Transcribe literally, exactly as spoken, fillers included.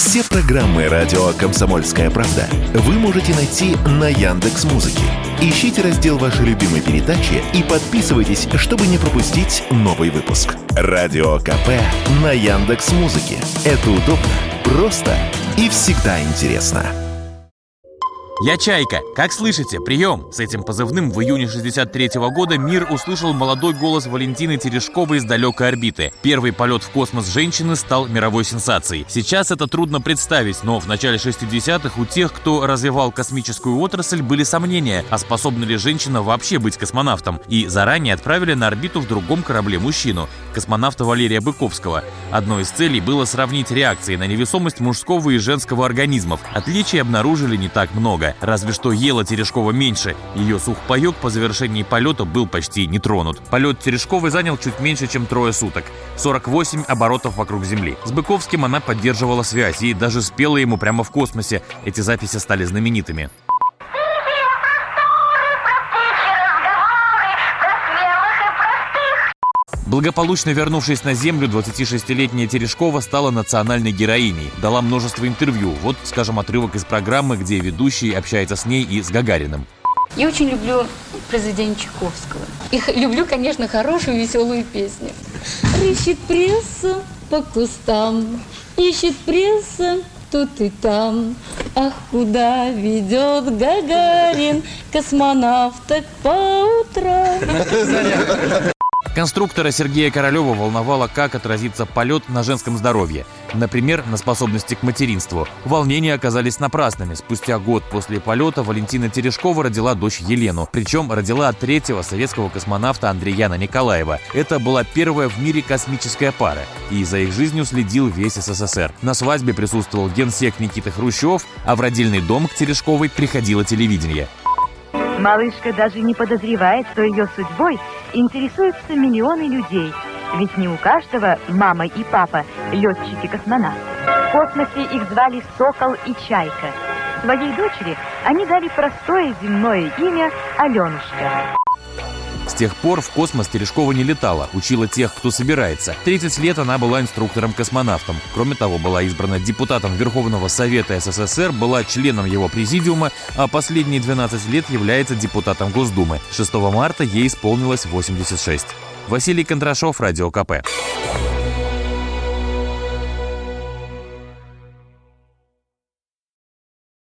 Все программы радио «Комсомольская правда» вы можете найти на Яндекс.Музыке. Ищите раздел вашей любимой передачи и подписывайтесь, чтобы не пропустить новый выпуск. Радио КП на Яндекс.Музыке. Это удобно, просто и всегда интересно. Я Чайка. Как слышите? Прием! С этим позывным в июне шестьдесят третьего года мир услышал молодой голос Валентины Терешковой из далекой орбиты. Первый полет в космос женщины стал мировой сенсацией. Сейчас это трудно представить, но в начале шестидесятых у тех, кто развивал космическую отрасль, были сомнения, а способна ли женщина вообще быть космонавтом. И заранее отправили на орбиту в другом корабле мужчину, космонавта Валерия Быковского. Одной из целей было сравнить реакции на невесомость мужского и женского организмов. Отличий обнаружили не так много. Разве что ела Терешкова меньше. Ее сухпайок по завершении полета был почти не тронут. Полет Терешковой занял чуть меньше, чем трое суток. сорок восемь оборотов вокруг Земли. С Быковским она поддерживала связь и даже спела ему прямо в космосе. Эти записи стали знаменитыми. Благополучно вернувшись на Землю, двадцатишестилетняя Терешкова стала национальной героиней. Дала множество интервью. Вот, скажем, отрывок из программы, где ведущий общается с ней и с Гагариным. Я очень люблю произведения Чайковского. И люблю, конечно, хорошую веселую песню. Рыщет пресса по кустам, ищет пресса тут и там. Ах, куда ведет Гагарин космонавток по утрам. Конструктора Сергея Королева волновало, как отразится полет на женском здоровье. Например, на способности к материнству. Волнения оказались напрасными. Спустя год после полета Валентина Терешкова родила дочь Елену. Причем родила от третьего советского космонавта Андрияна Николаева. Это была первая в мире космическая пара. И за их жизнью следил весь СССР. На свадьбе присутствовал генсек Никита Хрущев, а в родильный дом к Терешковой приходило телевидение. Малышка даже не подозревает, что ее судьбой интересуются миллионы людей. Ведь не у каждого мама и папа летчики-космонавты. В космосе их звали Сокол и Чайка. Своей дочери они дали простое земное имя Аленушка. С тех пор в космос Терешкова не летала, учила тех, кто собирается. тридцать лет она была инструктором-космонавтом. Кроме того, была избрана депутатом Верховного Совета СССР, была членом его президиума, а последние двенадцать лет является депутатом Госдумы. шестого марта ей исполнилось восемьдесят шесть. Василий Кондрашов, Радио КП.